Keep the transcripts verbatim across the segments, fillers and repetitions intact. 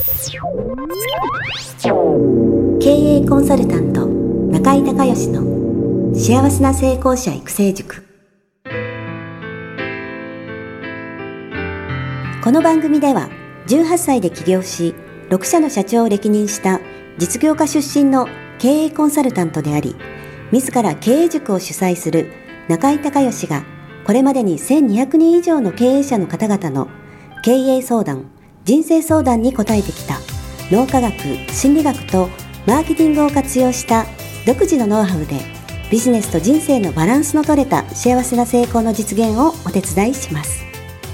経営コンサルタント中井孝義の幸せな成功者育成塾。この番組ではじゅうはっさいで起業しろくしゃの社長を歴任した実業家出身の経営コンサルタントであり、自ら経営塾を主催する中井孝義がこれまでにせんにひゃくにん以上の経営者の方々の経営相談、人生相談に応えてきた脳科学、心理学とマーケティングを活用した独自のノウハウでビジネスと人生のバランスの取れた幸せな成功の実現をお手伝いします。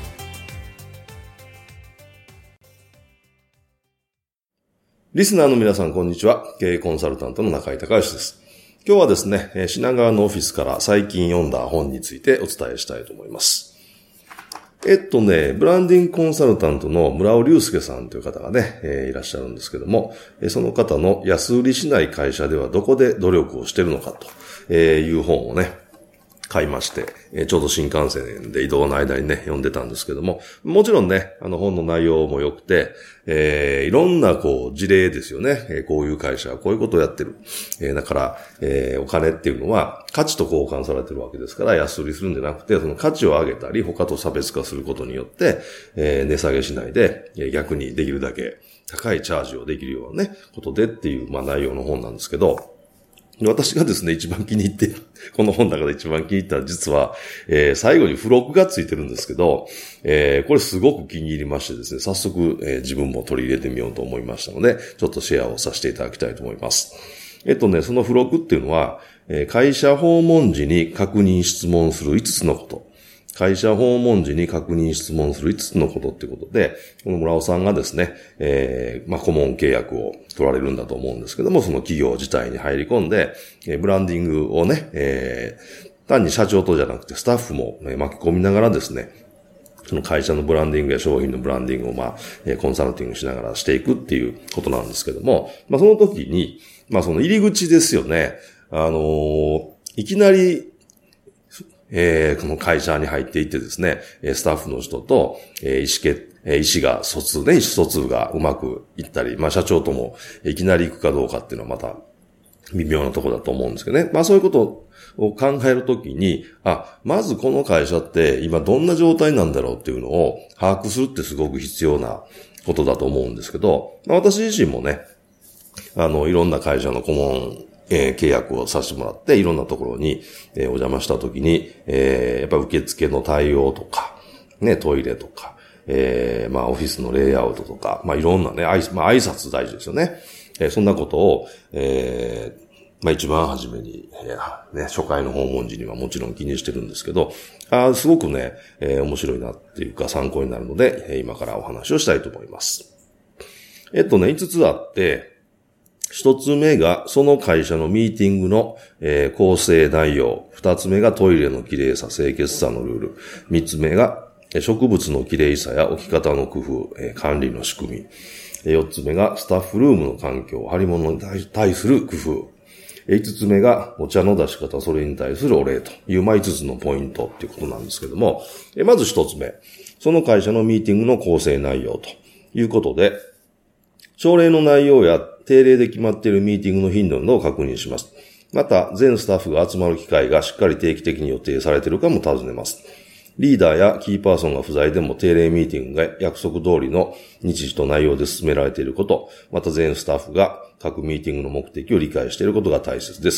リスナーの皆さん、こんにちは。経営コンサルタントの中井孝義です。今日はですね、品川のオフィスから最近読んだ本についてお伝えしたいと思います。えっとね、ブランディングコンサルタントの村尾隆介さんという方がね、えー、いらっしゃるんですけども、その方の安売りしない会社ではどこで努力をしているのかという本をね、買いまして、ちょうど新幹線で移動の間にね、読んでたんですけども、もちろんね、あの本の内容も良くて、えー、いろんなこう事例ですよね、えー。こういう会社はこういうことをやってる。えー、だから、えー、お金っていうのは価値と交換されてるわけですから、安売りするんじゃなくて、その価値を上げたり、他と差別化することによって、えー、値下げしないで、えー、逆にできるだけ高いチャージをできるようなね、ことでっていう、まあ内容の本なんですけど、私がですね、一番気に入って、この本の中で一番気に入った実は、えー、最後に付録がついてるんですけど、えー、これすごく気に入りましてですね、早速、えー、自分も取り入れてみようと思いましたので、ちょっとシェアをさせていただきたいと思います。えっとね、その付録っていうのは、えー、会社訪問時に確認質問するいつつのこと。会社訪問時に確認質問するいつつのことっていうことで、この村尾さんがですね、えー、まあ、顧問契約を取られるんだと思うんですけども、その企業自体に入り込んで、えー、ブランディングをね、えー、単に社長とじゃなくてスタッフも、ね、巻き込みながらですね、その会社のブランディングや商品のブランディングをまあ、えー、コンサルティングしながらしていくっていうことなんですけども、まあ、その時に、まあ、その入り口ですよね、あのー、いきなりえー、この会社に入っていってですね、スタッフの人と、えー、意思決、えー、意思が疎通ね、意思疎通がうまくいったり、まあ社長ともいきなり行くかどうかっていうのはまた微妙なところだと思うんですけどね。まあそういうことを考えるときに、あ、まずこの会社って今どんな状態なんだろうっていうのを把握するってすごく必要なことだと思うんですけど、まあ、私自身もね、あの、いろんな会社の顧問、えー、契約をさせてもらって、いろんなところに、えー、お邪魔したときに、えー、やっぱ受付の対応とか、ね、トイレとか、えー、まあ、オフィスのレイアウトとか、まあ、いろんなね、挨拶、まあ、挨拶大事ですよね。えー、そんなことを、えー、まあ、一番初めに、えー、ね、初回の訪問時にはもちろん気にしてるんですけど、あすごくね、えー、面白いなっていうか参考になるので、えー、今からお話をしたいと思います。えっとね、いつつあって、一つ目がその会社のミーティングの、えー、構成内容。二つ目がトイレのきれいさ、清潔さのルール。三つ目が植物のきれいさや置き方の工夫、えー、管理の仕組み。四つ目がスタッフルームの環境、張り物に対する工夫。五つ目がお茶の出し方、それに対するお礼という、まあ、五つのポイントっていうことなんですけども、えー、まず一つ目。その会社のミーティングの構成内容ということで、朝礼の内容や定例で決まっているミーティングの頻度などを確認します。また、全スタッフが集まる機会がしっかり定期的に予定されているかも尋ねます。リーダーやキーパーソンが不在でも定例ミーティングが約束通りの日時と内容で進められていること、また全スタッフが各ミーティングの目的を理解していることが大切です。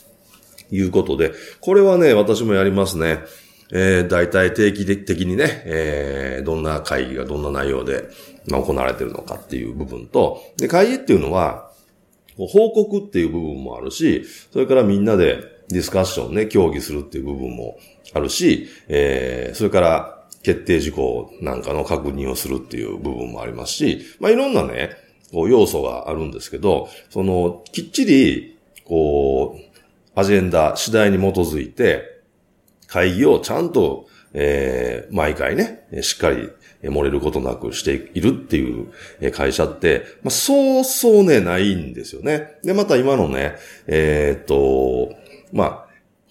ということで、これはね、私もやりますね。えー、大体定期的にね、えー、どんな会議がどんな内容で、まあ、行われているのかっていう部分と、で、会議っていうのは、報告っていう部分もあるし、それからみんなでディスカッションね、協議するっていう部分もあるし、えー、それから決定事項なんかの確認をするっていう部分もありますし、まあ、いろんなね、こう要素があるんですけど、その、きっちり、こう、アジェンダ、次第に基づいて、会議をちゃんと、えー、毎回ね、しっかり漏れることなくしているっていう会社って、まあ、そうそうね、ないんですよね。で、また今のね、えー、っと、まあ、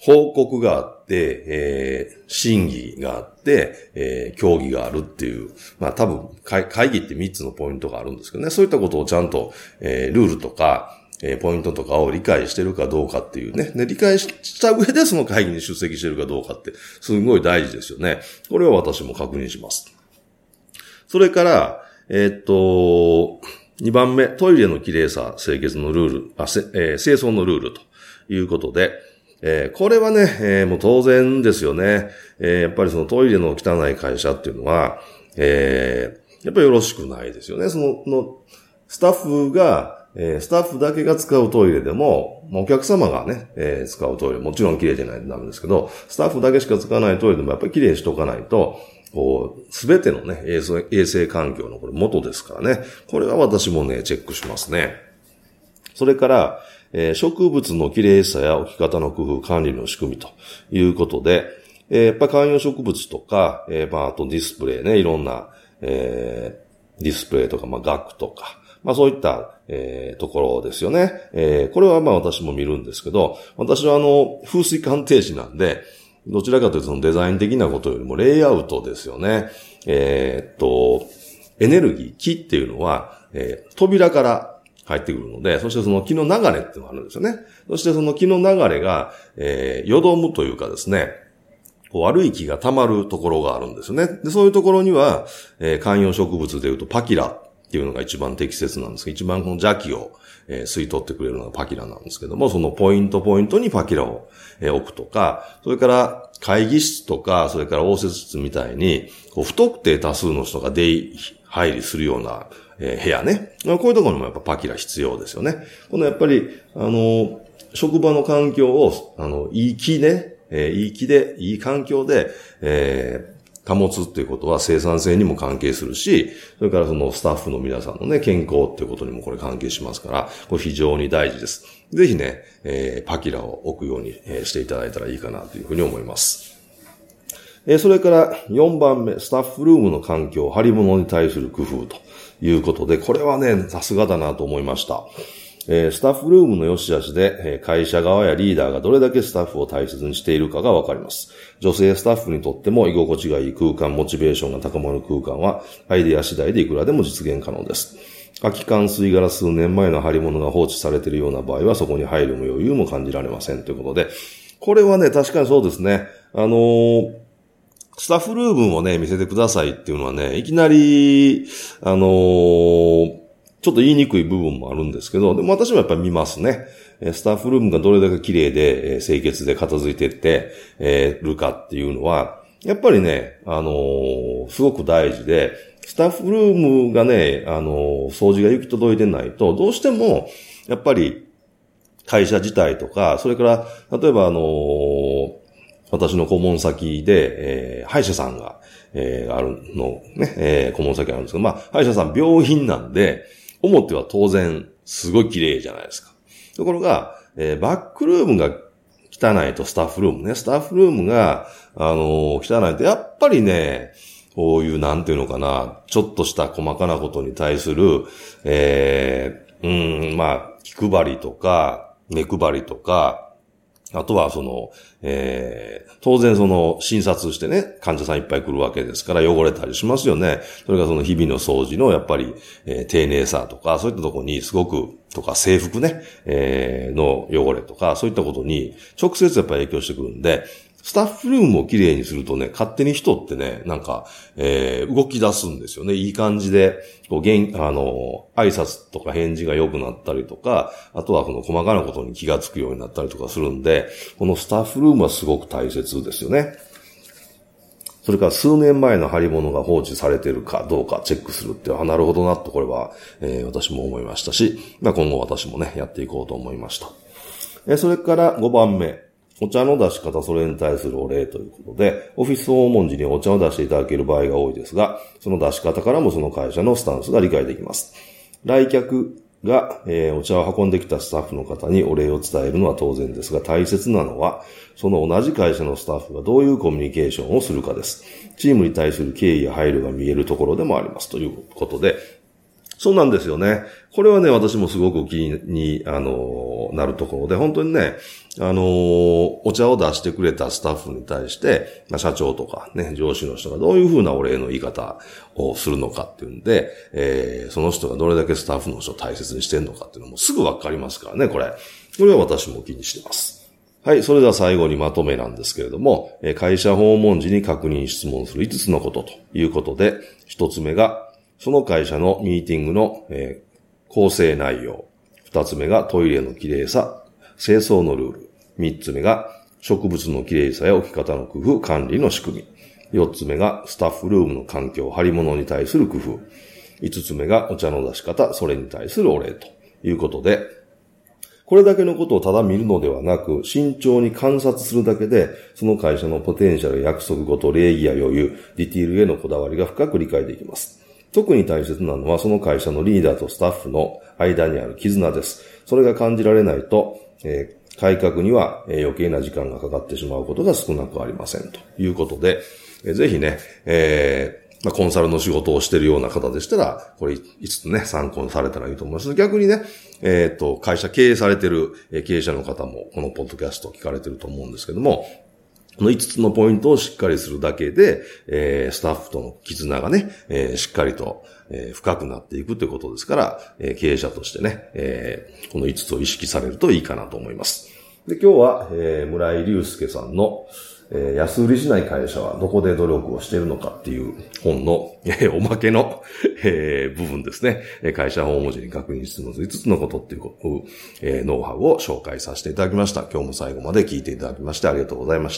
報告があって、えー、審議があって、えー、協議があるっていう、まあ多分会、会議ってみっつのポイントがあるんですけどね、そういったことをちゃんと、えー、ルールとか、えー、ポイントとかを理解してるかどうかっていうね、で、理解した上でその会議に出席してるかどうかって、すごい大事ですよね。これは私も確認します。それから、えー、っと、にばんめ、トイレのきれいさ、清潔のルール、あ、せえー、清掃のルールということで、えー、これはね、えー、もう当然ですよね。えー、やっぱりそのトイレの汚い会社っていうのは、えー、やっぱりよろしくないですよね。その、のスタッフが、えー、スタッフだけが使うトイレでも、お客様がね、えー、使うトイレ、もちろん綺麗じゃないとダメですけど、スタッフだけしか使わないトイレでもやっぱり綺麗にしとかないと、こう、すべてのね、衛生、衛生環境のこれ元ですからね。これは私もね、チェックしますね。それから、えー、植物の綺麗さや置き方の工夫、管理の仕組みということで、えー、やっぱ観葉植物とか、えー、まあ、あとディスプレイね、いろんな、えー、ディスプレイとか、まあ、額とか、まあ、そういった、えー、ところですよね。えー、これはまあ、私も見るんですけど、私はあの、風水鑑定士なんで、どちらかというとそのデザイン的なことよりもレイアウトですよね。えー、っと、エネルギー、木っていうのは、えー、扉から入ってくるので、そしてその木の流れっていうのがあるんですよね。そしてその木の流れが、えー、よどむというかですね、こう悪い木が溜まるところがあるんですよね。で、そういうところには、えー、観葉植物でいうとパキラっていうのが一番適切なんですけど、一番この邪気を、えー、吸い取ってくれるのがパキラなんですけども、そのポイントポイントにパキラを、えー、置くとか、それから会議室とか、それから応接室みたいに、こう不特定多数の人が出入りするような、えー、部屋ね。こういうところにもやっぱパキラ必要ですよね。このやっぱり、あの、職場の環境を、あの、いい気ね、えー、いい気で、いい環境で、えー保つっていうことは生産性にも関係するし、それからそのスタッフの皆さんのね、健康っていうことにもこれ関係しますから、これ非常に大事です。ぜひね、えー、パキラを置くように、えー、していただいたらいいかなというふうに思います。えー、それからよんばんめ、スタッフルームの環境、張り物に対する工夫ということで、これはね、さすがだなと思いました。えー、スタッフルームの良し悪しで、えー、会社側やリーダーがどれだけスタッフを大切にしているかがわかります。女性スタッフにとっても居心地がいい空間、モチベーションが高まる空間は、アイデア次第でいくらでも実現可能です。空き缶吸い殻数年前の張り物が放置されているような場合は、そこに配慮も余裕も感じられませんということで、これはね、確かにそうですね。あのー、スタッフルームをね、見せてくださいっていうのはね、いきなり、あのー、ちょっと言いにくい部分もあるんですけど、でも私もやっぱり見ますね。スタッフルームがどれだけ綺麗で、清潔で片付いてって、えー、るかっていうのは、やっぱりね、あのー、すごく大事で、スタッフルームがね、あのー、掃除が行き届いてないと、どうしても、やっぱり、会社自体とか、それから、例えばあのー、私の顧問先で、えー、歯医者さんが、えー、あるの、ね、えー、顧問先あるんですけど、まあ、歯医者さん病院なんで、表は当然、すごい綺麗じゃないですか。ところが、えー、バックルームが汚いとスタッフルームね、スタッフルームが、あのー、汚いと、やっぱりね、こういう、なんていうのかな、ちょっとした細かなことに対する、えー、うん、まあ、気配りとか、目配りとか、あとはその、えー、当然その診察してね、患者さんいっぱい来るわけですから汚れたりしますよね。それからその日々の掃除のやっぱり、えー、丁寧さとか、そういったところにすごく、とか制服ね、えー、の汚れとか、そういったことに直接やっぱり影響してくるんで、スタッフルームをきれいにするとね、勝手に人ってね、なんか、えー、動き出すんですよね。いい感じで、こう、げん、あの、挨拶とか返事が良くなったりとか、あとはこの細かなことに気がつくようになったりとかするんで、このスタッフルームはすごく大切ですよね。それから数年前の貼り物が放置されているかどうかチェックするって、あ、なるほどなと、これは、えー、私も思いましたし、まあ、今後私もね、やっていこうと思いました。えー、それからごばんめ。お茶の出し方、それに対するお礼ということで、オフィス訪問時にお茶を出していただける場合が多いですが、その出し方からもその会社のスタンスが理解できます。来客が、えー、お茶を運んできたスタッフの方にお礼を伝えるのは当然ですが、大切なのは、その同じ会社のスタッフがどういうコミュニケーションをするかです。チームに対する敬意や配慮が見えるところでもあります。ということで、 そうなんですよね。これはね、私もすごく気に、あの、なるところで、本当にね、あの、お茶を出してくれたスタッフに対して、まあ、社長とかね、上司の人がどういうふうなお礼の言い方をするのかっていうんで、えー、その人がどれだけスタッフの人を大切にしてるのかっていうのもすぐわかりますからね、これ。これは私も気にしてます。はい、それでは最後にまとめなんですけれども、会社訪問時に確認質問するいつつのことということで、一つ目が、その会社のミーティングの、えー、構成内容。二つ目がトイレのきれいさ、清掃のルール。三つ目が植物のきれいさや置き方の工夫、管理の仕組み。四つ目がスタッフルームの環境、張り物に対する工夫。五つ目がお茶の出し方、それに対するお礼ということで、これだけのことをただ見るのではなく、慎重に観察するだけで、その会社のポテンシャル、約束事、礼儀や余裕、ディティールへのこだわりが深く理解できます。特に大切なのは、その会社のリーダーとスタッフの間にある絆です。それが感じられないと、えー、改革には余計な時間がかかってしまうことが少なくありませんということで、えー、ぜひね、えーまあ、コンサルの仕事をしているような方でしたら、これ五つね、参考にされたらいいと思います。逆にね、えっと、会社経営されている経営者の方も、このポッドキャストを聞かれていると思うんですけども、この五つのポイントをしっかりするだけで、えー、スタッフとの絆がね、えー、しっかりと、えー、深くなっていくということですから、えー、経営者としてね、えー、この五つを意識されるといいかなと思います。で、今日は、えー、村井隆介さんの、えー、安売りしない会社はどこで努力をしているのかっていう本の、えー、おまけの、えー、部分ですね。会社訪問時に確認質問する五つのことっていう、えー、ノウハウを紹介させていただきました。今日も最後まで聞いていただきましてありがとうございました。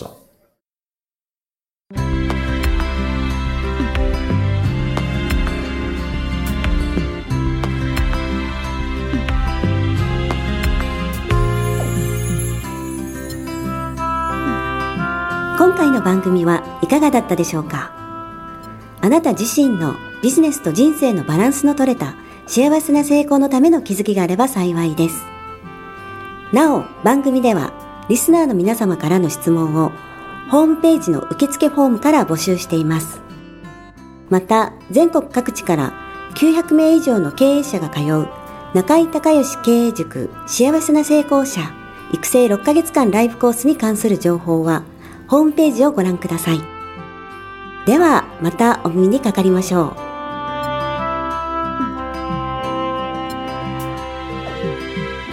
今回の番組はいかがだったでしょうか。あなた自身のビジネスと人生のバランスの取れた幸せな成功のための気づきがあれば幸いです。なお、番組ではリスナーの皆様からの質問をホームページの受付フォームから募集しています。また、全国各地からきゅうひゃくめい以上の経営者が通う中井孝義経営塾幸せな成功者育成ろっかげつかんライブコースに関する情報はホームページをご覧ください。ではまたお耳にかかりましょう。